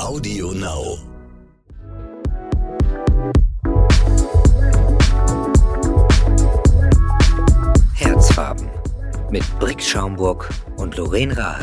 Audio Now. Herzfarben mit Brix Schaumburg und Lorraine Rahe.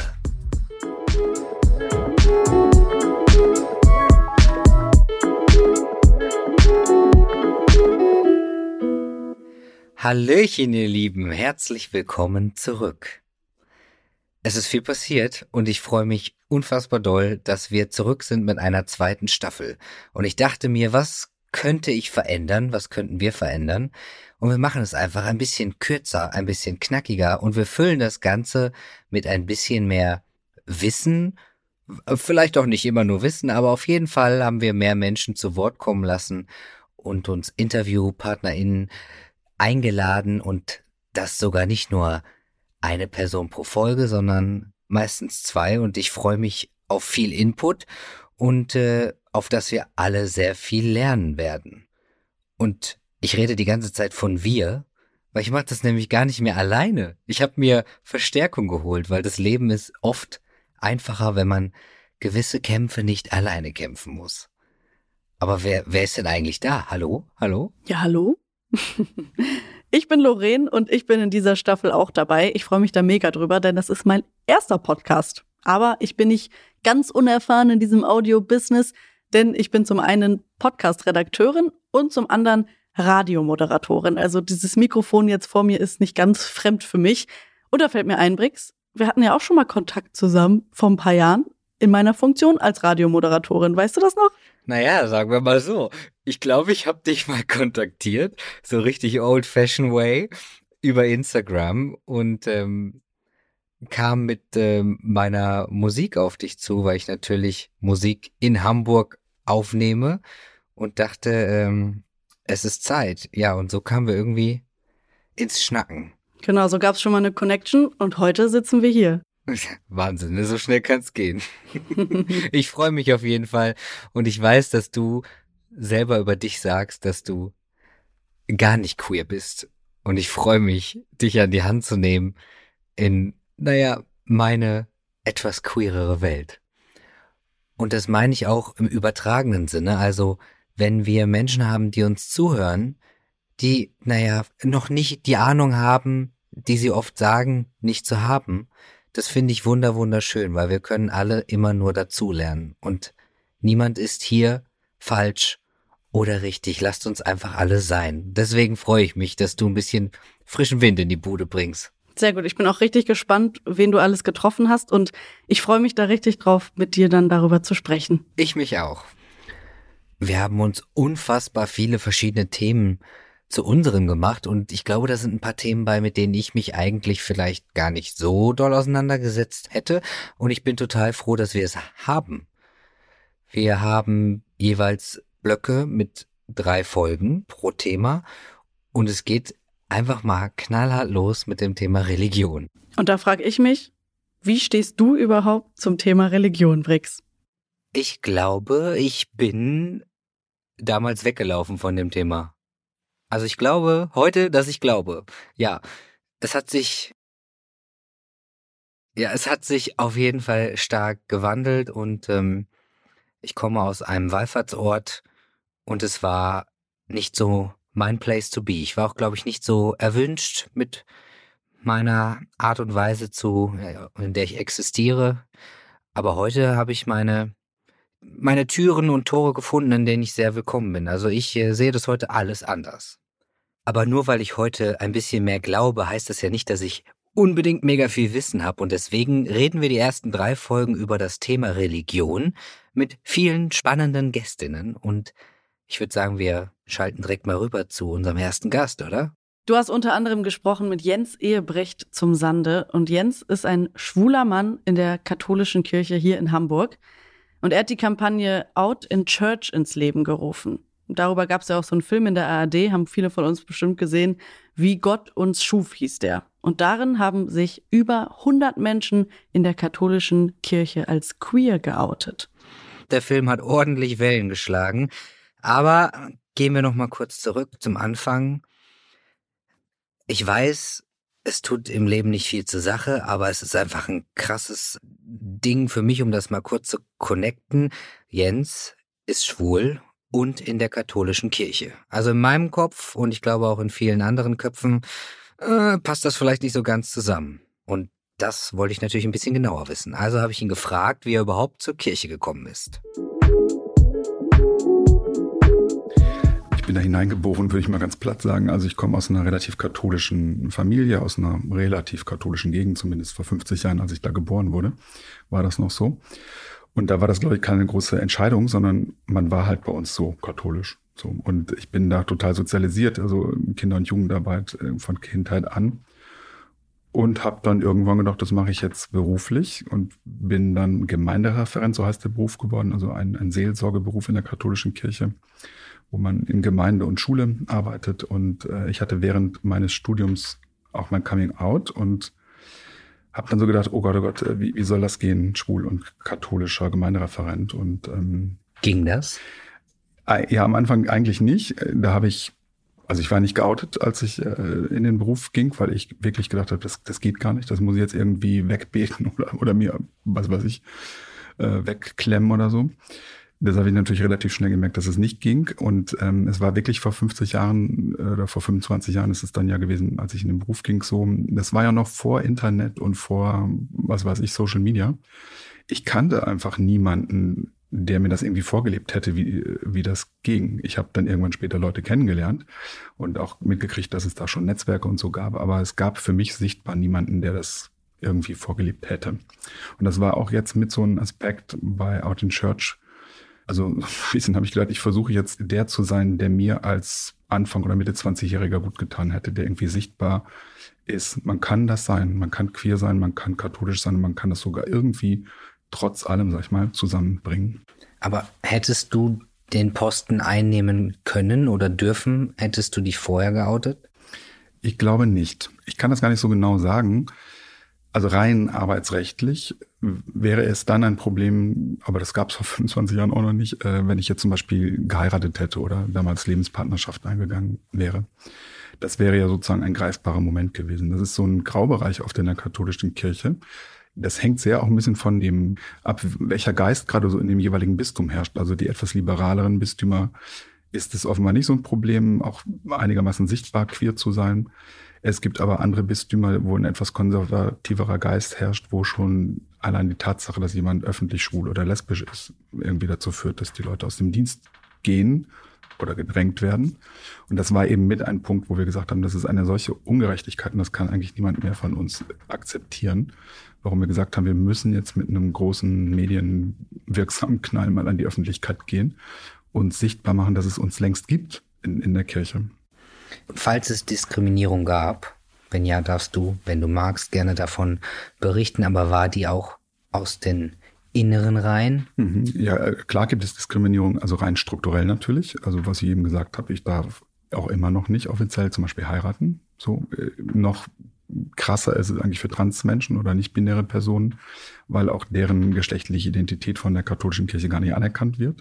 Hallöchen, ihr Lieben, herzlich willkommen zurück. Es ist viel passiert und ich freue mich unfassbar doll, dass wir zurück sind mit einer zweiten Staffel. Und ich dachte mir, was könnte ich verändern, was könnten wir verändern? Und wir machen es einfach ein bisschen kürzer, ein bisschen knackiger und wir füllen das Ganze mit ein bisschen mehr Wissen, vielleicht auch nicht immer nur Wissen, aber auf jeden Fall haben wir mehr Menschen zu Wort kommen lassen und uns InterviewpartnerInnen eingeladen und das sogar nicht nur eine Person pro Folge, sondern meistens zwei und ich freue mich auf viel Input und auf das wir alle sehr viel lernen werden. Und ich rede die ganze Zeit von wir, weil ich mache das nämlich gar nicht mehr alleine. Ich habe mir Verstärkung geholt, weil das Leben ist oft einfacher, wenn man gewisse Kämpfe nicht alleine kämpfen muss. Aber wer ist denn eigentlich da? Hallo? Hallo? Ja, hallo? Ich bin Lorraine und ich bin in dieser Staffel auch dabei. Ich freue mich da mega drüber, denn das ist mein erster Podcast. Aber ich bin nicht ganz unerfahren in diesem Audio-Business, denn ich bin zum einen Podcast-Redakteurin und zum anderen Radiomoderatorin. Also dieses Mikrofon jetzt vor mir ist nicht ganz fremd für mich. Und da fällt mir ein, Brix, wir hatten ja auch schon mal Kontakt zusammen vor ein paar Jahren in meiner Funktion als Radiomoderatorin. Weißt du das noch? Naja, sagen wir mal so. Ich glaube, ich habe dich mal kontaktiert, so richtig old-fashioned way, über Instagram und kam mit meiner Musik auf dich zu, weil ich natürlich Musik in Hamburg aufnehme und dachte, es ist Zeit. Ja, und so kamen wir irgendwie ins Schnacken. Genau, so gab es schon mal eine Connection und heute sitzen wir hier. Wahnsinn, ne? So schnell kann's gehen. Ich freue mich auf jeden Fall und ich weiß, dass du selber über dich sagst, dass du gar nicht queer bist. Und ich freue mich, dich an die Hand zu nehmen in, meine etwas queerere Welt. Und das meine ich auch im übertragenen Sinne. Also, wenn wir Menschen haben, die uns zuhören, die, noch nicht die Ahnung haben, die sie oft sagen, nicht zu haben, das finde ich wunderschön, weil wir können alle immer nur dazulernen. Und niemand ist hier falsch oder richtig. Lasst uns einfach alle sein. Deswegen freue ich mich, dass du ein bisschen frischen Wind in die Bude bringst. Sehr gut. Ich bin auch richtig gespannt, wen du alles getroffen hast. Und ich freue mich da richtig drauf, mit dir dann darüber zu sprechen. Ich mich auch. Wir haben uns unfassbar viele verschiedene Themen zu unseren gemacht und ich glaube, da sind ein paar Themen bei, mit denen ich mich eigentlich vielleicht gar nicht so doll auseinandergesetzt hätte und ich bin total froh, dass wir es haben. Wir haben jeweils Blöcke mit 3 Folgen pro Thema und es geht einfach mal knallhart los mit dem Thema Religion. Und da frage ich mich, wie stehst du überhaupt zum Thema Religion, Brix? Ich glaube, ich bin damals weggelaufen von dem Thema. Also ich glaube heute, dass ich glaube. Ja, es hat sich auf jeden Fall stark gewandelt und ich komme aus einem Wallfahrtsort und es war nicht so mein Place to be. Ich war auch, glaube ich, nicht so erwünscht mit meiner Art und Weise in der ich existiere. Aber heute habe ich meine Türen und Tore gefunden, in denen ich sehr willkommen bin. Also ich sehe das heute alles anders. Aber nur weil ich heute ein bisschen mehr glaube, heißt das ja nicht, dass ich unbedingt mega viel Wissen habe. Und deswegen reden wir die ersten 3 Folgen über das Thema Religion mit vielen spannenden Gästinnen. Und ich würde sagen, wir schalten direkt mal rüber zu unserem ersten Gast, oder? Du hast unter anderem gesprochen mit Jens Ehebrecht zum Sande. Und Jens ist ein schwuler Mann in der katholischen Kirche hier in Hamburg. Und er hat die Kampagne Out in Church ins Leben gerufen. Und darüber gab es ja auch so einen Film in der ARD, haben viele von uns bestimmt gesehen, Wie Gott uns schuf, hieß der. Und darin haben sich über 100 Menschen in der katholischen Kirche als queer geoutet. Der Film hat ordentlich Wellen geschlagen. Aber gehen wir noch mal kurz zurück zum Anfang. Ich weiß, es tut im Leben nicht viel zur Sache, aber es ist einfach ein krasses Ding für mich, um das mal kurz zu connecten. Jens ist schwul und in der katholischen Kirche. Also in meinem Kopf und ich glaube auch in vielen anderen Köpfen passt das vielleicht nicht so ganz zusammen. Und das wollte ich natürlich ein bisschen genauer wissen. Also habe ich ihn gefragt, wie er überhaupt zur Kirche gekommen ist. Ich bin da hineingeboren, würde ich mal ganz platt sagen. Also ich komme aus einer relativ katholischen Familie, aus einer relativ katholischen Gegend, zumindest vor 50 Jahren, als ich da geboren wurde, war das noch so. Und da war das, glaube ich, keine große Entscheidung, sondern man war halt bei uns so katholisch. So. Und ich bin da total sozialisiert, also Kinder- und Jugendarbeit von Kindheit an. Und habe dann irgendwann gedacht, das mache ich jetzt beruflich und bin dann Gemeindereferent, so heißt der Beruf geworden, also ein Seelsorgeberuf in der katholischen Kirche, wo man in Gemeinde und Schule arbeitet. Und ich hatte während meines Studiums auch mein Coming Out und habe dann so gedacht, oh Gott, wie soll das gehen, schwul und katholischer Gemeindereferent. Und ging das? Ja, am Anfang eigentlich nicht. Also ich war nicht geoutet, als ich in den Beruf ging, weil ich wirklich gedacht habe, das geht gar nicht, das muss ich jetzt irgendwie wegbeten oder mir, was weiß ich, wegklemmen oder so. Das habe ich natürlich relativ schnell gemerkt, dass es nicht ging. Und es war wirklich vor 50 Jahren oder vor 25 Jahren ist es dann ja gewesen, als ich in den Beruf ging, so. Das war ja noch vor Internet und vor, was weiß ich, Social Media. Ich kannte einfach niemanden, der mir das irgendwie vorgelebt hätte, wie das ging. Ich habe dann irgendwann später Leute kennengelernt und auch mitgekriegt, dass es da schon Netzwerke und so gab. Aber es gab für mich sichtbar niemanden, der das irgendwie vorgelebt hätte. Und das war auch jetzt mit so einem Aspekt bei Out in Church. Also schließlich habe ich gedacht, ich versuche jetzt der zu sein, der mir als Anfang- oder Mitte 20-Jähriger gut getan hätte, der irgendwie sichtbar ist. Man kann das sein, man kann queer sein, man kann katholisch sein, man kann das sogar irgendwie trotz allem, sag ich mal, zusammenbringen. Aber hättest du den Posten einnehmen können oder dürfen? Hättest du dich vorher geoutet? Ich glaube nicht. Ich kann das gar nicht so genau sagen. Also rein arbeitsrechtlich wäre es dann ein Problem, aber das gab es vor 25 Jahren auch noch nicht, wenn ich jetzt zum Beispiel geheiratet hätte oder damals Lebenspartnerschaft eingegangen wäre. Das wäre ja sozusagen ein greifbarer Moment gewesen. Das ist so ein Graubereich oft in der katholischen Kirche. Das hängt sehr auch ein bisschen von dem ab, welcher Geist gerade so in dem jeweiligen Bistum herrscht. Also die etwas liberaleren Bistümer ist es offenbar nicht so ein Problem, auch einigermaßen sichtbar queer zu sein. Es gibt aber andere Bistümer, wo ein etwas konservativerer Geist herrscht, wo schon allein die Tatsache, dass jemand öffentlich schwul oder lesbisch ist, irgendwie dazu führt, dass die Leute aus dem Dienst gehen oder gedrängt werden. Und das war eben mit ein Punkt, wo wir gesagt haben, das ist eine solche Ungerechtigkeit und das kann eigentlich niemand mehr von uns akzeptieren. Warum wir gesagt haben, wir müssen jetzt mit einem großen medienwirksamen Knall mal an die Öffentlichkeit gehen und sichtbar machen, dass es uns längst gibt in der Kirche. Falls es Diskriminierung gab, wenn ja, darfst du, wenn du magst, gerne davon berichten, aber war die auch aus den inneren Reihen? Ja, klar gibt es Diskriminierung, also rein strukturell natürlich. Also was ich eben gesagt habe, ich darf auch immer noch nicht offiziell zum Beispiel heiraten. So noch krasser ist es eigentlich für Transmenschen oder nicht-binäre Personen, weil auch deren geschlechtliche Identität von der katholischen Kirche gar nicht anerkannt wird.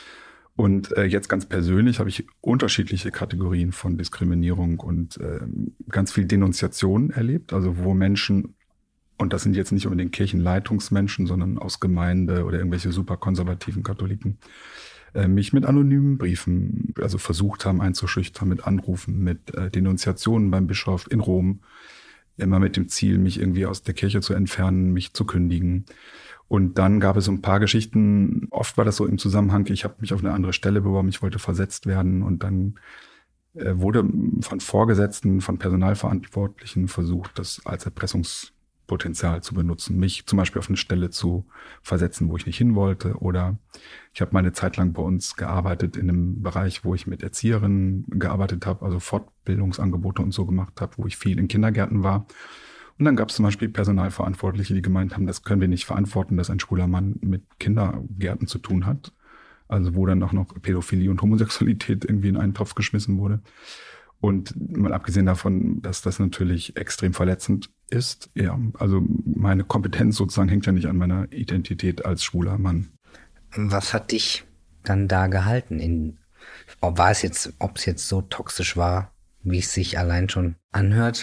Und jetzt ganz persönlich habe ich unterschiedliche Kategorien von Diskriminierung und ganz viel Denunziation erlebt. Also wo Menschen, und das sind jetzt nicht unbedingt Kirchenleitungsmenschen, sondern aus Gemeinde oder irgendwelche super konservativen Katholiken, mich mit anonymen Briefen, also versucht haben einzuschüchtern, mit Anrufen, mit Denunziationen beim Bischof in Rom, immer mit dem Ziel, mich irgendwie aus der Kirche zu entfernen, mich zu kündigen. Und dann gab es so ein paar Geschichten, oft war das so im Zusammenhang, ich habe mich auf eine andere Stelle beworben, ich wollte versetzt werden und dann wurde von Vorgesetzten, von Personalverantwortlichen versucht, das als Erpressungspotenzial zu benutzen, mich zum Beispiel auf eine Stelle zu versetzen, wo ich nicht hin wollte. Oder ich habe mal eine Zeit lang bei uns gearbeitet in einem Bereich, wo ich mit Erzieherinnen gearbeitet habe, also Fortbildungsangebote und so gemacht habe, wo ich viel in Kindergärten war. Und dann gab es zum Beispiel Personalverantwortliche, die gemeint haben, das können wir nicht verantworten, dass ein schwuler Mann mit Kindergärten zu tun hat. Also wo dann auch noch Pädophilie und Homosexualität irgendwie in einen Topf geschmissen wurde. Und mal abgesehen davon, dass das natürlich extrem verletzend ist, ja, also meine Kompetenz sozusagen hängt ja nicht an meiner Identität als schwuler Mann. Was hat dich dann da gehalten? Ob es jetzt so toxisch war, wie es sich allein schon anhört?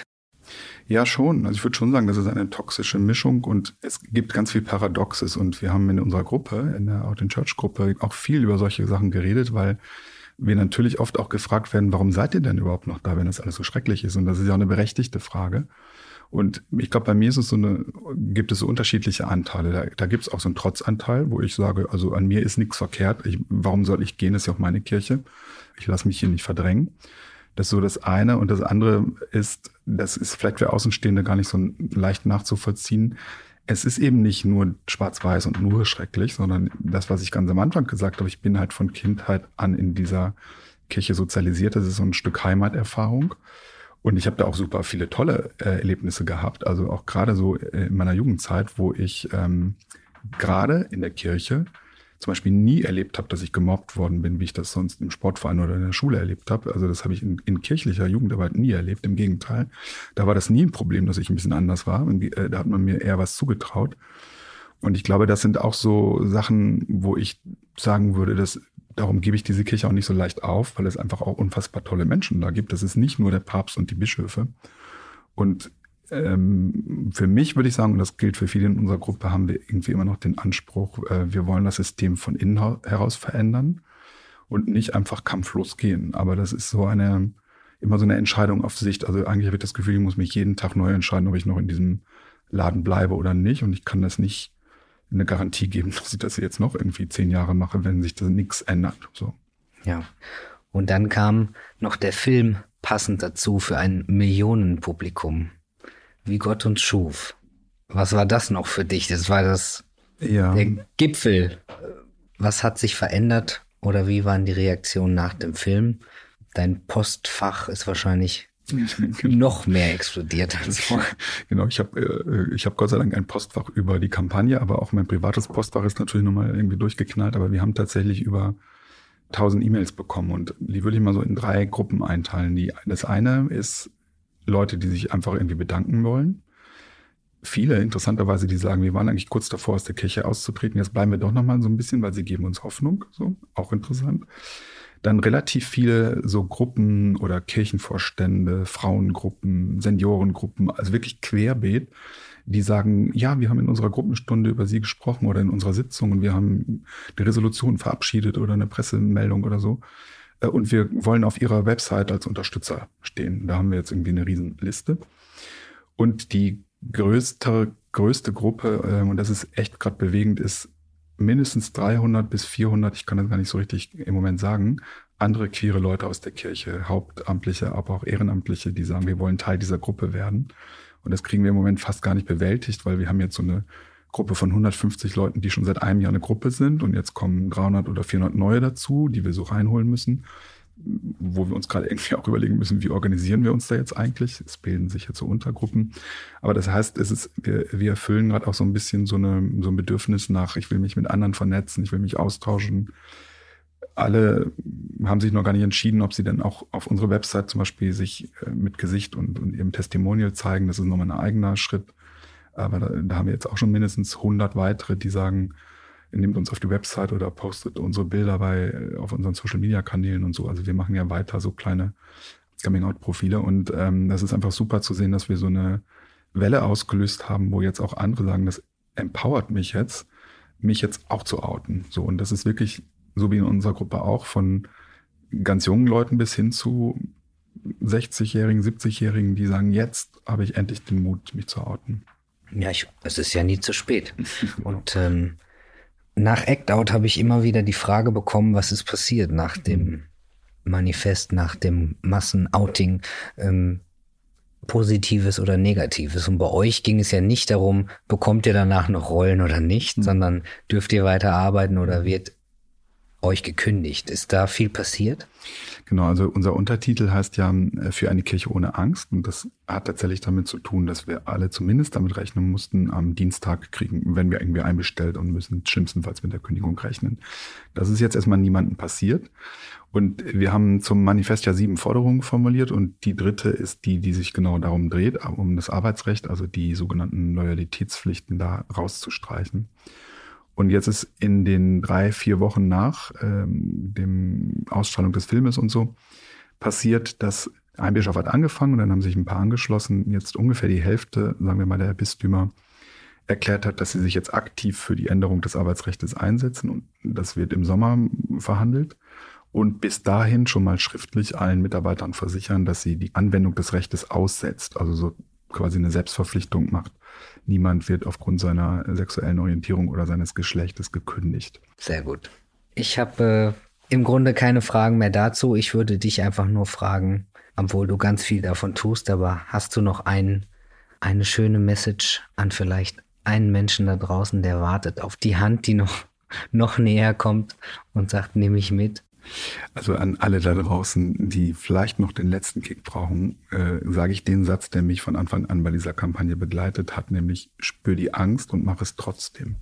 Ja, schon. Also ich würde schon sagen, das ist eine toxische Mischung und es gibt ganz viel Paradoxes. Und wir haben in unserer Gruppe, in der Out in Church Gruppe, auch viel über solche Sachen geredet, weil wir natürlich oft auch gefragt werden, warum seid ihr denn überhaupt noch da, wenn das alles so schrecklich ist? Und das ist ja auch eine berechtigte Frage. Und ich glaube, bei mir ist es gibt es so unterschiedliche Anteile. Da gibt es auch so einen Trotzanteil, wo ich sage, also an mir ist nichts verkehrt. Warum soll ich gehen? Das ist ja auch meine Kirche. Ich lasse mich hier nicht verdrängen. Das ist so das eine. Und das andere ist, das ist vielleicht für Außenstehende gar nicht so leicht nachzuvollziehen. Es ist eben nicht nur schwarz-weiß und nur schrecklich, sondern das, was ich ganz am Anfang gesagt habe, ich bin halt von Kindheit an in dieser Kirche sozialisiert. Das ist so ein Stück Heimaterfahrung. Und ich habe da auch super viele tolle Erlebnisse gehabt. Also auch gerade so in meiner Jugendzeit, wo ich gerade in der Kirche zum Beispiel nie erlebt habe, dass ich gemobbt worden bin, wie ich das sonst im Sportverein oder in der Schule erlebt habe. Also das habe ich in kirchlicher Jugendarbeit nie erlebt. Im Gegenteil, da war das nie ein Problem, dass ich ein bisschen anders war. Da hat man mir eher was zugetraut. Und ich glaube, das sind auch so Sachen, wo ich sagen würde, darum gebe ich diese Kirche auch nicht so leicht auf, weil es einfach auch unfassbar tolle Menschen da gibt. Das ist nicht nur der Papst und die Bischöfe. Und für mich würde ich sagen, und das gilt für viele in unserer Gruppe, haben wir irgendwie immer noch den Anspruch, wir wollen das System von innen heraus verändern und nicht einfach kampflos gehen. Aber das ist immer so eine Entscheidung auf Sicht. Also eigentlich habe ich das Gefühl, ich muss mich jeden Tag neu entscheiden, ob ich noch in diesem Laden bleibe oder nicht. Und ich kann das nicht eine Garantie geben, dass ich das jetzt noch irgendwie 10 Jahre mache, wenn sich da nichts ändert. So. Ja. Und dann kam noch der Film passend dazu für ein Millionenpublikum. Wie Gott uns schuf. Was war das noch für dich? Das war der Gipfel. Was hat sich verändert oder wie waren die Reaktionen nach dem Film? Dein Postfach ist wahrscheinlich noch mehr explodiert als vorher. Genau, ich hab Gott sei Dank ein Postfach über die Kampagne, aber auch mein privates Postfach ist natürlich nochmal irgendwie durchgeknallt, aber wir haben tatsächlich über 1000 E-Mails bekommen und die würde ich mal so in 3 Gruppen einteilen. Das eine ist Leute, die sich einfach irgendwie bedanken wollen. Viele, interessanterweise, die sagen, wir waren eigentlich kurz davor, aus der Kirche auszutreten. Jetzt bleiben wir doch noch mal so ein bisschen, weil sie geben uns Hoffnung. So, auch interessant. Dann relativ viele so Gruppen oder Kirchenvorstände, Frauengruppen, Seniorengruppen, also wirklich querbeet, die sagen, ja, wir haben in unserer Gruppenstunde über sie gesprochen oder in unserer Sitzung und wir haben eine Resolution verabschiedet oder eine Pressemeldung oder so. Und wir wollen auf ihrer Website als Unterstützer stehen. Da haben wir jetzt irgendwie eine Riesenliste. Und die größte Gruppe, und das ist echt gerade bewegend, ist mindestens 300 bis 400, ich kann das gar nicht so richtig im Moment sagen, andere queere Leute aus der Kirche, Hauptamtliche, aber auch Ehrenamtliche, die sagen, wir wollen Teil dieser Gruppe werden. Und das kriegen wir im Moment fast gar nicht bewältigt, weil wir haben jetzt so eine Gruppe von 150 Leuten, die schon seit einem Jahr eine Gruppe sind und jetzt kommen 300 oder 400 neue dazu, die wir so reinholen müssen, wo wir uns gerade irgendwie auch überlegen müssen, wie organisieren wir uns da jetzt eigentlich? Es bilden sich jetzt so Untergruppen. Aber das heißt, wir erfüllen gerade auch so ein bisschen so ein Bedürfnis nach, ich will mich mit anderen vernetzen, ich will mich austauschen. Alle haben sich noch gar nicht entschieden, ob sie dann auch auf unsere Website zum Beispiel sich mit Gesicht und ihrem Testimonial zeigen. Das ist nochmal ein eigener Schritt. Aber da haben wir jetzt auch schon mindestens 100 weitere, die sagen, nehmt uns auf die Website oder postet unsere Bilder auf unseren Social-Media-Kanälen und so. Also wir machen ja weiter so kleine Coming-out-Profile. Und das ist einfach super zu sehen, dass wir so eine Welle ausgelöst haben, wo jetzt auch andere sagen, das empowert mich jetzt auch zu outen. So, und das ist wirklich, so wie in unserer Gruppe auch, von ganz jungen Leuten bis hin zu 60-Jährigen, 70-Jährigen, die sagen, jetzt habe ich endlich den Mut, mich zu outen. Ja, es ist ja nie zu spät. Und nach Act Out habe ich immer wieder die Frage bekommen, was ist passiert nach dem Manifest, nach dem Massenouting, Positives oder Negatives. Und bei euch ging es ja nicht darum, bekommt ihr danach noch Rollen oder nicht, sondern dürft ihr weiter arbeiten oder wird euch gekündigt. Ist da viel passiert? Genau, also unser Untertitel heißt ja für eine Kirche ohne Angst. Und das hat tatsächlich damit zu tun, dass wir alle zumindest damit rechnen mussten, am Dienstag werden wir irgendwie einbestellt und müssen schlimmstenfalls mit der Kündigung rechnen. Das ist jetzt erstmal niemandem passiert. Und wir haben zum Manifest ja 7 Forderungen formuliert und die dritte ist die sich genau darum dreht, um das Arbeitsrecht, also die sogenannten Loyalitätspflichten da rauszustreichen. Und jetzt ist in den 3-4 Wochen nach dem Ausstrahlung des Filmes und so passiert, dass Ein Bischof hat angefangen und dann haben sich ein paar angeschlossen. Jetzt ungefähr die Hälfte, sagen wir mal, der Bistümer erklärt hat, dass sie sich jetzt aktiv für die Änderung des Arbeitsrechts einsetzen. Und das wird im Sommer verhandelt. Und bis dahin schon mal schriftlich allen Mitarbeitern versichern, dass sie die Anwendung des Rechtes aussetzt. Also so quasi eine Selbstverpflichtung macht. Niemand wird aufgrund seiner sexuellen Orientierung oder seines Geschlechtes gekündigt. Sehr gut. Ich habe im Grunde keine Fragen mehr dazu. Ich würde dich einfach nur fragen, obwohl du ganz viel davon tust, aber hast du noch eine schöne Message an vielleicht einen Menschen da draußen, der wartet auf die Hand, die noch näher kommt und sagt, nehme ich mit? Also an alle da draußen, die vielleicht noch den letzten Kick brauchen, sage ich den Satz, der mich von Anfang an bei dieser Kampagne begleitet hat, nämlich spür die Angst und mach es trotzdem.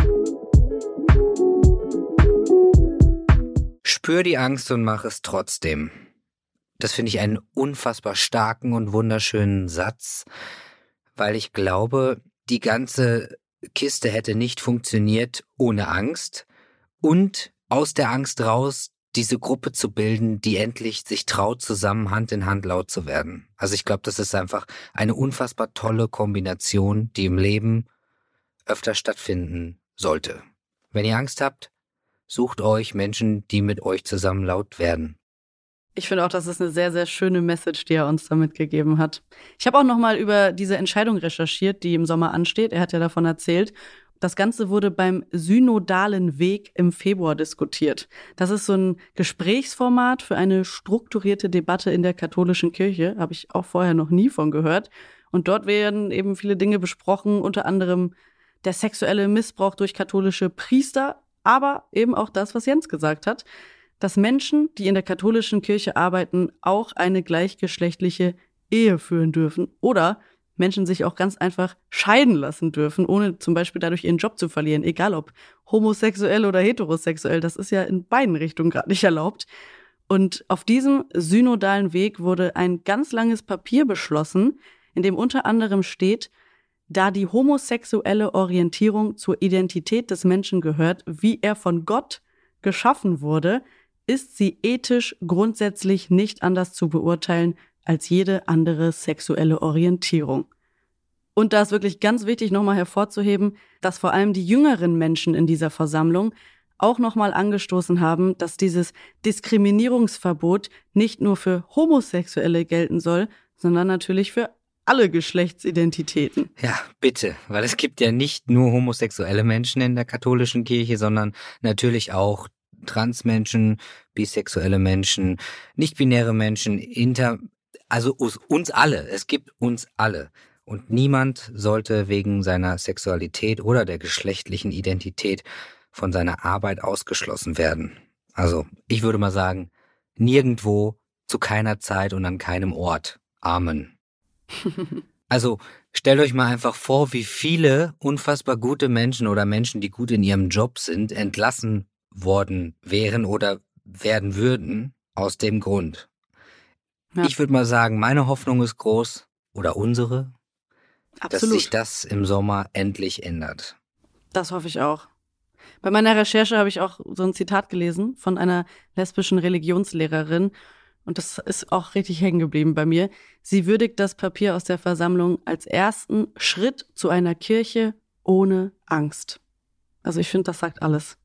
Spür die Angst und mach es trotzdem. Das finde ich einen unfassbar starken und wunderschönen Satz, weil ich glaube, die ganze Kiste hätte nicht funktioniert ohne Angst und aus der Angst raus diese Gruppe zu bilden, die endlich sich traut, zusammen Hand in Hand laut zu werden. Also ich glaube, das ist einfach eine unfassbar tolle Kombination, die im Leben öfter stattfinden sollte. Wenn ihr Angst habt, sucht euch Menschen, die mit euch zusammen laut werden. Ich finde auch, das ist eine sehr, sehr schöne Message, die er uns damit gegeben hat. Ich habe auch nochmal über diese Entscheidung recherchiert, die im Sommer ansteht. Er hat ja davon erzählt. Das Ganze wurde beim synodalen Weg im Februar diskutiert. Das ist so ein Gesprächsformat für eine strukturierte Debatte in der katholischen Kirche. Habe ich auch vorher noch nie von gehört. Und dort werden eben viele Dinge besprochen, unter anderem der sexuelle Missbrauch durch katholische Priester, aber eben auch das, was Jens gesagt hat, dass Menschen, die in der katholischen Kirche arbeiten, auch eine gleichgeschlechtliche Ehe führen dürfen oder Menschen sich auch ganz einfach scheiden lassen dürfen, ohne zum Beispiel dadurch ihren Job zu verlieren, egal ob homosexuell oder heterosexuell. Das ist ja in beiden Richtungen gerade nicht erlaubt. Und auf diesem synodalen Weg wurde ein ganz langes Papier beschlossen, in dem unter anderem steht, da die homosexuelle Orientierung zur Identität des Menschen gehört, wie er von Gott geschaffen wurde, ist sie ethisch grundsätzlich nicht anders zu beurteilen als jede andere sexuelle Orientierung. Und da ist wirklich ganz wichtig, nochmal hervorzuheben, dass vor allem die jüngeren Menschen in dieser Versammlung auch nochmal angestoßen haben, dass dieses Diskriminierungsverbot nicht nur für Homosexuelle gelten soll, sondern natürlich für alle Geschlechtsidentitäten. Ja, bitte, weil es gibt ja nicht nur homosexuelle Menschen in der katholischen Kirche, sondern natürlich auch Transmenschen, bisexuelle Menschen, nicht-binäre Menschen, also uns alle. Es gibt uns alle. Und niemand sollte wegen seiner Sexualität oder der geschlechtlichen Identität von seiner Arbeit ausgeschlossen werden. Also ich würde mal sagen, nirgendwo, zu keiner Zeit und an keinem Ort. Amen. Also stellt euch mal einfach vor, wie viele unfassbar gute Menschen oder Menschen, die gut in ihrem Job sind, entlassen worden wären oder werden würden aus dem Grund. Ja. Ich würde mal sagen, meine Hoffnung ist groß, oder unsere, Absolut. Dass sich das im Sommer endlich ändert. Das hoffe ich auch. Bei meiner Recherche habe ich auch so ein Zitat gelesen von einer lesbischen Religionslehrerin und das ist auch richtig hängen geblieben bei mir. Sie würdigt das Papier aus der Versammlung als ersten Schritt zu einer Kirche ohne Angst. Also ich finde, das sagt alles.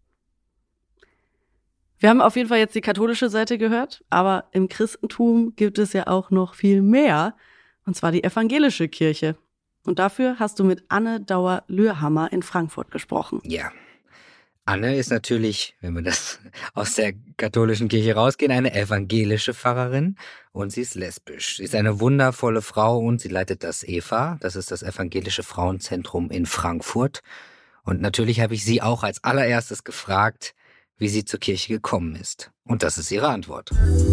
Wir haben auf jeden Fall jetzt die katholische Seite gehört, aber im Christentum gibt es ja auch noch viel mehr, und zwar die evangelische Kirche. Und dafür hast du mit Anne Dauer-Lührhammer in Frankfurt gesprochen. Ja, Anne ist natürlich, wenn wir das aus der katholischen Kirche rausgehen, eine evangelische Pfarrerin und sie ist lesbisch. Sie ist eine wundervolle Frau und sie leitet das EFA, das ist das Evangelische Frauenzentrum in Frankfurt. Und natürlich habe ich sie auch als allererstes gefragt, wie sie zur Kirche gekommen ist. Und das ist ihre Antwort.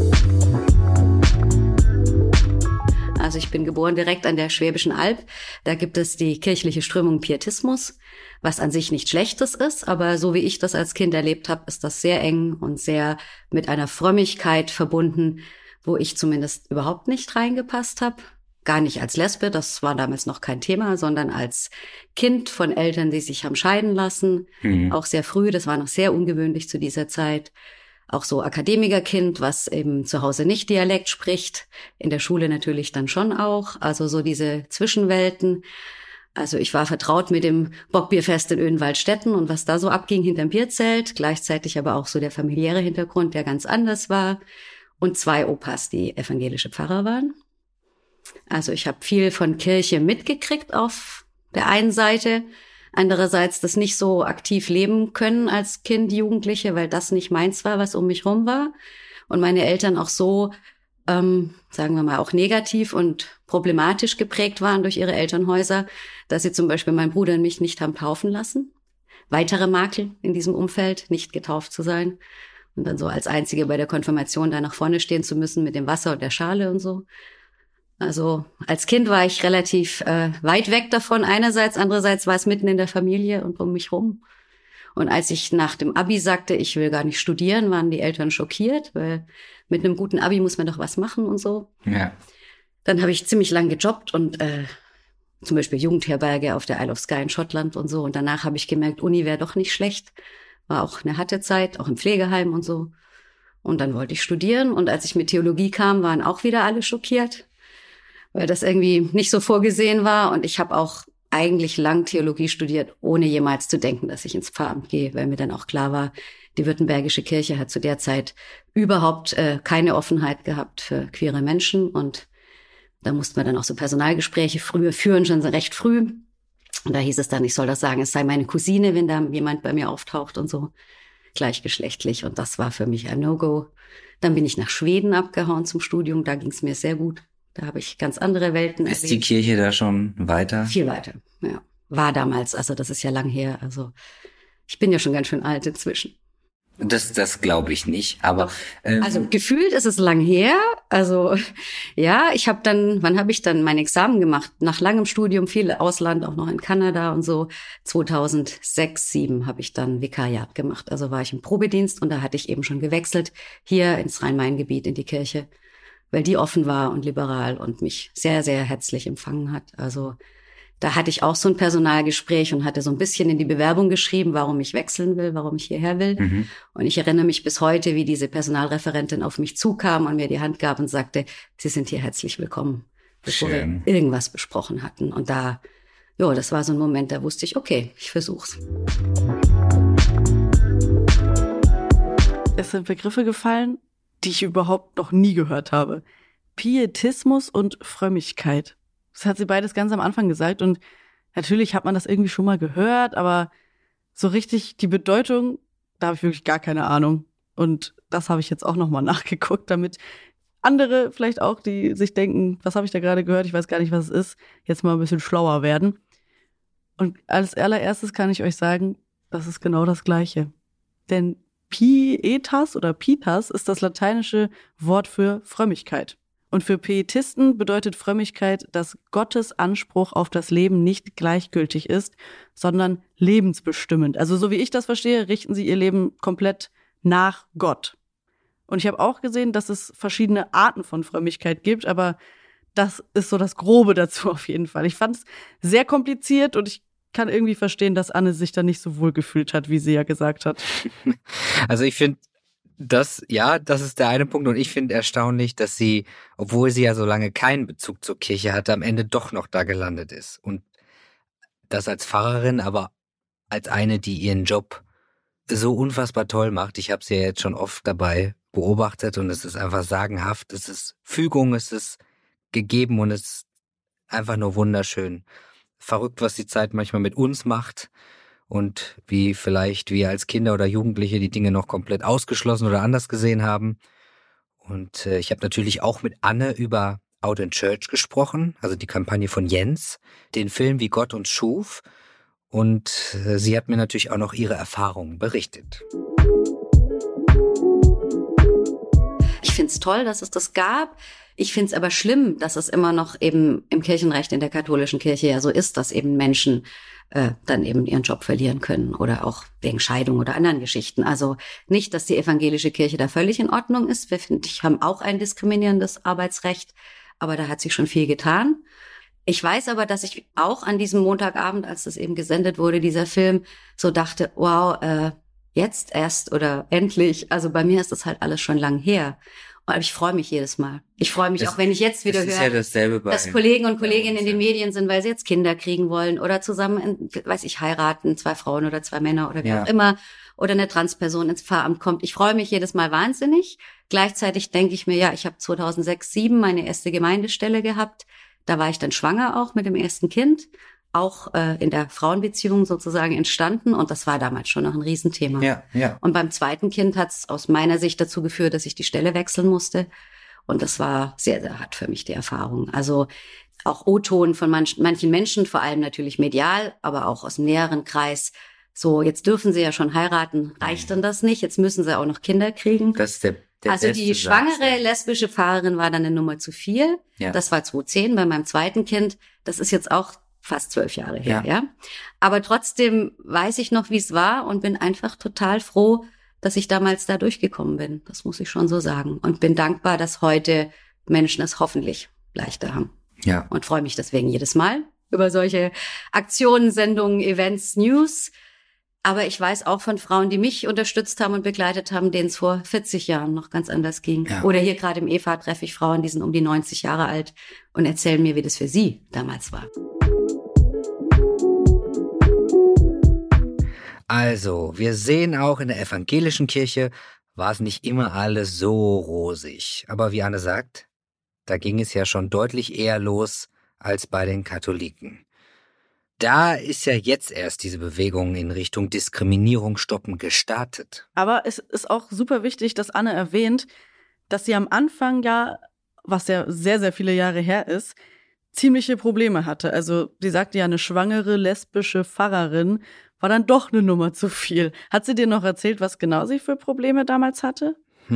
Also ich bin geboren direkt an der Schwäbischen Alb. Da gibt es die kirchliche Strömung Pietismus, was an sich nichts Schlechtes ist, aber so wie ich das als Kind erlebt habe, ist das sehr eng und sehr mit einer Frömmigkeit verbunden, wo ich zumindest überhaupt nicht reingepasst habe. Gar nicht als Lesbe, das war damals noch kein Thema, sondern als Kind von Eltern, die sich haben scheiden lassen. Auch sehr früh, das war noch sehr ungewöhnlich zu dieser Zeit. auch so Akademikerkind, was eben zu Hause nicht Dialekt spricht, in der Schule natürlich dann schon auch, also so diese Zwischenwelten. Also ich war vertraut mit dem Bockbierfest in Oedenwaldstätten und was da so abging hinterm Bierzelt, gleichzeitig aber auch so der familiäre Hintergrund, der ganz anders war, und 2 Opas, die evangelische Pfarrer waren. Also ich habe viel von Kirche mitgekriegt auf der einen Seite, andererseits das nicht so aktiv leben können als Kind, Jugendliche, weil das nicht meins war, was um mich rum war. Und meine Eltern auch so, sagen wir mal, auch negativ und problematisch geprägt waren durch ihre Elternhäuser, dass sie zum Beispiel meinen Bruder und mich nicht haben taufen lassen. Weitere Makel in diesem Umfeld, nicht getauft zu sein. Und dann so als Einzige bei der Konfirmation da nach vorne stehen zu müssen mit dem Wasser und der Schale und so. Also als Kind war ich relativ weit weg davon einerseits, andererseits war es mitten in der Familie und um mich rum. Und als ich nach dem Abi sagte, ich will gar nicht studieren, waren die Eltern schockiert, weil mit einem guten Abi muss man doch was machen und so. Ja. Dann habe ich ziemlich lang gejobbt und zum Beispiel Jugendherberge auf der Isle of Skye in Schottland und so. Und danach habe ich gemerkt, Uni wäre doch nicht schlecht. War auch eine harte Zeit, auch im Pflegeheim und so. Und dann wollte ich studieren. Und als ich mit Theologie kam, waren auch wieder alle schockiert, weil das irgendwie nicht so vorgesehen war. Und ich habe auch eigentlich lang Theologie studiert, ohne jemals zu denken, dass ich ins Pfarramt gehe, weil mir dann auch klar war, die württembergische Kirche hat zu der Zeit überhaupt keine Offenheit gehabt für queere Menschen. Und da mussten wir dann auch so Personalgespräche früher führen, schon recht früh. Und da hieß es dann, ich soll das sagen, es sei meine Cousine, wenn da jemand bei mir auftaucht und so, gleichgeschlechtlich. Und das war für mich ein No-Go. Dann bin ich nach Schweden abgehauen zum Studium, da ging es mir sehr gut. Da habe ich ganz andere Welten erlebt. Ist die Kirche da schon weiter? Viel weiter, ja. War damals, also das ist ja lang her. Also ich bin ja schon ganz schön alt inzwischen. Das glaube ich nicht, aber also gefühlt ist es lang her. Also ja, wann habe ich dann mein Examen gemacht? Nach langem Studium, viel Ausland, auch noch in Kanada und so. 2006, 2007 habe ich dann Vikariat gemacht. Also war ich im Probedienst und da hatte ich eben schon gewechselt hier ins Rhein-Main-Gebiet in die Kirche, weil die offen war und liberal und mich sehr, sehr herzlich empfangen hat. Also da hatte ich auch so ein Personalgespräch und hatte so ein bisschen in die Bewerbung geschrieben, warum ich wechseln will, warum ich hierher will. Mhm. Und ich erinnere mich bis heute, wie diese Personalreferentin auf mich zukam und mir die Hand gab und sagte, Sie sind hier herzlich willkommen, bevor wir irgendwas besprochen hatten. Und da, ja, das war so ein Moment, da wusste ich, okay, ich versuch's. Es sind Begriffe gefallen, die ich überhaupt noch nie gehört habe. Pietismus und Frömmigkeit. Das hat sie beides ganz am Anfang gesagt und natürlich hat man das irgendwie schon mal gehört, aber so richtig die Bedeutung, da habe ich wirklich gar keine Ahnung. Und das habe ich jetzt auch nochmal nachgeguckt, damit andere vielleicht auch, die sich denken, was habe ich da gerade gehört, ich weiß gar nicht, was es ist, jetzt mal ein bisschen schlauer werden. Und als allererstes kann ich euch sagen, das ist genau das Gleiche. Denn Pietas oder Pietas ist das lateinische Wort für Frömmigkeit. Und für Pietisten bedeutet Frömmigkeit, dass Gottes Anspruch auf das Leben nicht gleichgültig ist, sondern lebensbestimmend. Also so wie ich das verstehe, richten sie ihr Leben komplett nach Gott. Und ich habe auch gesehen, dass es verschiedene Arten von Frömmigkeit gibt, aber das ist so das Grobe dazu auf jeden Fall. Ich fand es sehr kompliziert und ich kann irgendwie verstehen, dass Anne sich da nicht so wohl gefühlt hat, wie sie ja gesagt hat. Also ich finde, das ist der eine Punkt und ich finde erstaunlich, dass sie, obwohl sie ja so lange keinen Bezug zur Kirche hatte, am Ende doch noch da gelandet ist. Und das als Pfarrerin, aber als eine, die ihren Job so unfassbar toll macht. Ich habe sie ja jetzt schon oft dabei beobachtet und es ist einfach sagenhaft. Es ist Fügung, es ist gegeben und es ist einfach nur wunderschön. Verrückt, was die Zeit manchmal mit uns macht. Und wie vielleicht wir als Kinder oder Jugendliche die Dinge noch komplett ausgeschlossen oder anders gesehen haben. Und ich habe natürlich auch mit Anne über Out in Church gesprochen, also die Kampagne von Jens, den Film Wie Gott uns schuf. Und sie hat mir natürlich auch noch ihre Erfahrungen berichtet. Ich finde es toll, dass es das gab. Ich finde es aber schlimm, dass es immer noch eben im Kirchenrecht in der katholischen Kirche ja so ist, dass eben Menschen dann eben ihren Job verlieren können oder auch wegen Scheidung oder anderen Geschichten. Also nicht, dass die evangelische Kirche da völlig in Ordnung ist. Wir, finde ich, haben auch ein diskriminierendes Arbeitsrecht, aber da hat sich schon viel getan. Ich weiß aber, dass ich auch an diesem Montagabend, als das eben gesendet wurde, dieser Film, so dachte, wow, jetzt erst oder endlich. Also bei mir ist das halt alles schon lang her. Aber ich freue mich jedes Mal. Ich freue mich auch, wenn ich jetzt wieder höre, dass Kollegen und Kolleginnen in den Medien sind, weil sie jetzt Kinder kriegen wollen oder zusammen, heiraten, 2 Frauen oder 2 Männer oder wie auch immer, oder eine Transperson ins Pfarramt kommt. Ich freue mich jedes Mal wahnsinnig. Gleichzeitig denke ich mir, ja, ich habe 2006, 2007 meine erste Gemeindestelle gehabt. Da war ich dann schwanger auch mit dem ersten Kind, auch in der Frauenbeziehung sozusagen entstanden. Und das war damals schon noch ein Riesenthema. Ja. Und beim zweiten Kind hat es aus meiner Sicht dazu geführt, dass ich die Stelle wechseln musste. Und das war sehr, sehr hart für mich, die Erfahrung. Also auch O-Ton von manchen Menschen, vor allem natürlich medial, aber auch aus dem näheren Kreis. So, jetzt dürfen sie ja schon heiraten. Reicht denn das nicht? Jetzt müssen sie auch noch Kinder kriegen. Das ist der also die schwangere lesbische Pfarrerin war dann eine Nummer zu viel. Ja. Das war 2010 bei meinem zweiten Kind. Das ist jetzt auch fast 12 Jahre her, ja. Aber trotzdem weiß ich noch, wie es war und bin einfach total froh, dass ich damals da durchgekommen bin. Das muss ich schon so sagen. Und bin dankbar, dass heute Menschen es hoffentlich leichter haben. Ja. Und freue mich deswegen jedes Mal über solche Aktionen, Sendungen, Events, News. Aber ich weiß auch von Frauen, die mich unterstützt haben und begleitet haben, denen es vor 40 Jahren noch ganz anders ging. Ja. Oder hier gerade im EFA treffe ich Frauen, die sind um die 90 Jahre alt und erzählen mir, wie das für sie damals war. Also, wir sehen auch in der evangelischen Kirche war es nicht immer alles so rosig. Aber wie Anne sagt, da ging es ja schon deutlich eher los als bei den Katholiken. Da ist ja jetzt erst diese Bewegung in Richtung Diskriminierung stoppen gestartet. Aber es ist auch super wichtig, dass Anne erwähnt, dass sie am Anfang ja, was ja sehr, sehr viele Jahre her ist, ziemliche Probleme hatte. Also sie sagte ja, eine schwangere lesbische Pfarrerin war dann doch eine Nummer zu viel. Hat sie dir noch erzählt, was genau sie für Probleme damals hatte?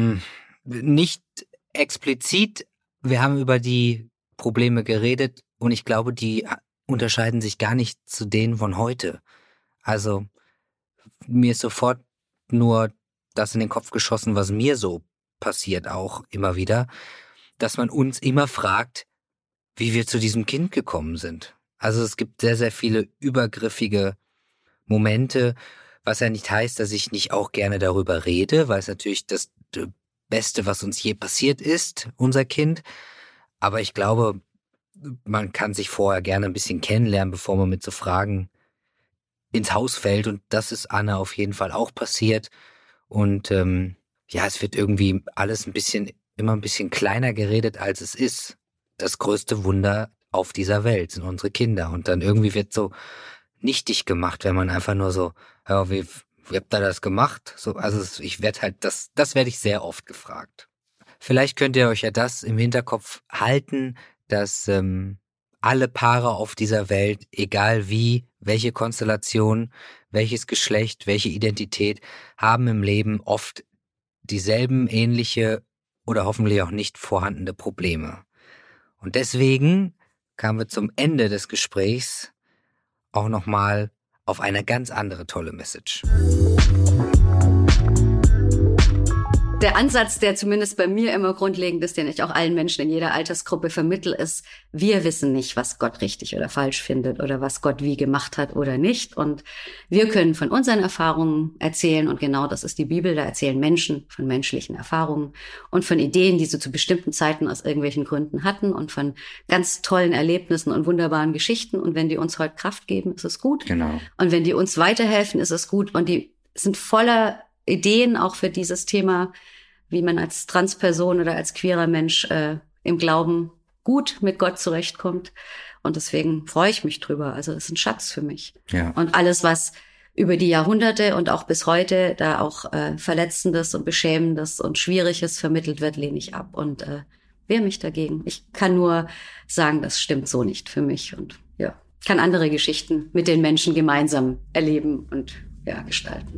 Nicht explizit. Wir haben über die Probleme geredet und ich glaube, die unterscheiden sich gar nicht zu denen von heute. Also mir ist sofort nur das in den Kopf geschossen, was mir so passiert auch immer wieder, dass man uns immer fragt, wie wir zu diesem Kind gekommen sind. Also es gibt sehr, sehr viele übergriffige Momente, was ja nicht heißt, dass ich nicht auch gerne darüber rede, weil es natürlich das Beste, was uns je passiert ist, unser Kind. Aber ich glaube, man kann sich vorher gerne ein bisschen kennenlernen, bevor man mit so Fragen ins Haus fällt. Und das ist Anne auf jeden Fall auch passiert. Und es wird irgendwie alles immer ein bisschen kleiner geredet, als es ist. Das größte Wunder auf dieser Welt sind unsere Kinder. Und dann irgendwie wird so nichtig gemacht, wenn man einfach nur so, ja, wie habt ihr das gemacht? So, also ich werde halt, das werde ich sehr oft gefragt. Vielleicht könnt ihr euch ja das im Hinterkopf halten, dass alle Paare auf dieser Welt, egal wie, welche Konstellation, welches Geschlecht, welche Identität, haben im Leben oft dieselben ähnliche oder hoffentlich auch nicht vorhandene Probleme. Und deswegen kamen wir zum Ende des Gesprächs auch nochmal auf eine ganz andere tolle Message. Der Ansatz, der zumindest bei mir immer grundlegend ist, den ich auch allen Menschen in jeder Altersgruppe vermittle, ist, wir wissen nicht, was Gott richtig oder falsch findet oder was Gott wie gemacht hat oder nicht. Und wir können von unseren Erfahrungen erzählen und genau das ist die Bibel. Da erzählen Menschen von menschlichen Erfahrungen und von Ideen, die sie zu bestimmten Zeiten aus irgendwelchen Gründen hatten und von ganz tollen Erlebnissen und wunderbaren Geschichten. Und wenn die uns heute Kraft geben, ist es gut. Genau. Und wenn die uns weiterhelfen, ist es gut. Und die sind voller Ideen auch für dieses Thema, wie man als Transperson oder als queerer Mensch im Glauben gut mit Gott zurechtkommt. Und deswegen freue ich mich drüber. Also es ist ein Schatz für mich. Ja. Und alles, was über die Jahrhunderte und auch bis heute da auch Verletzendes und Beschämendes und Schwieriges vermittelt wird, lehne ich ab und wehre mich dagegen. Ich kann nur sagen, das stimmt so nicht für mich. Und ja, kann andere Geschichten mit den Menschen gemeinsam erleben und gestalten.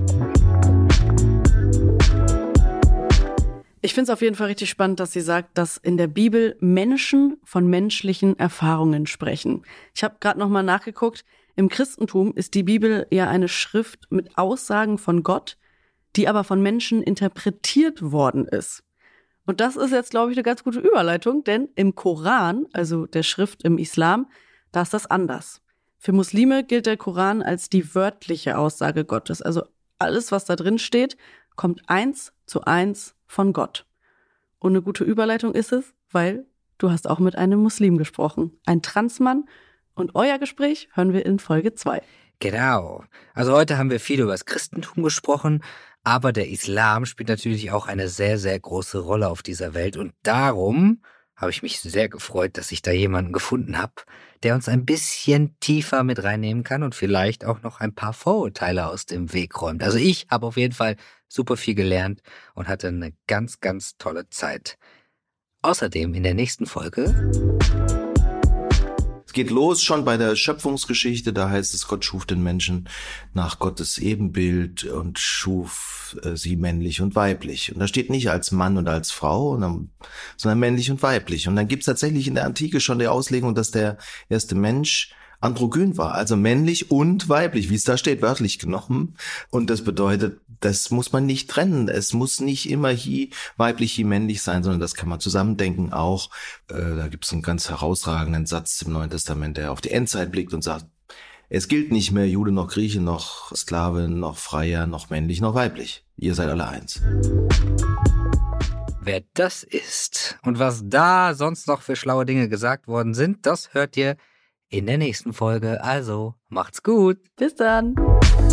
Ich finde es auf jeden Fall richtig spannend, dass sie sagt, dass in der Bibel Menschen von menschlichen Erfahrungen sprechen. Ich habe gerade nochmal nachgeguckt. Im Christentum ist die Bibel ja eine Schrift mit Aussagen von Gott, die aber von Menschen interpretiert worden ist. Und das ist jetzt, glaube ich, eine ganz gute Überleitung, denn im Koran, also der Schrift im Islam, da ist das anders. Für Muslime gilt der Koran als die wörtliche Aussage Gottes. Also alles, was da drin steht, kommt 1:1 von Gott. Und eine gute Überleitung ist es, weil du hast auch mit einem Muslim gesprochen, ein Transmann. Und euer Gespräch hören wir in Folge 2. Genau. Also heute haben wir viel über das Christentum gesprochen, aber der Islam spielt natürlich auch eine sehr, sehr große Rolle auf dieser Welt. Und darum habe ich mich sehr gefreut, dass ich da jemanden gefunden habe, der uns ein bisschen tiefer mit reinnehmen kann und vielleicht auch noch ein paar Vorurteile aus dem Weg räumt. Also ich habe auf jeden Fall super viel gelernt und hatte eine ganz, ganz tolle Zeit. Außerdem in der nächsten Folge... Es geht los schon bei der Schöpfungsgeschichte, da heißt es, Gott schuf den Menschen nach Gottes Ebenbild und schuf sie männlich und weiblich. Und da steht nicht als Mann und als Frau, sondern männlich und weiblich. Und dann gibt es tatsächlich in der Antike schon die Auslegung, dass der erste Mensch androgyn war, also männlich und weiblich, wie es da steht, wörtlich genommen. Und das bedeutet, das muss man nicht trennen. Es muss nicht immer hi weiblich, hi männlich sein, sondern das kann man zusammendenken auch. Da gibt es einen ganz herausragenden Satz im Neuen Testament, der auf die Endzeit blickt und sagt, es gilt nicht mehr Jude noch Grieche, noch Sklave, noch Freier, noch männlich, noch weiblich. Ihr seid alle eins. Wer das ist und was da sonst noch für schlaue Dinge gesagt worden sind, das hört ihr in der nächsten Folge. Also, macht's gut. Bis dann.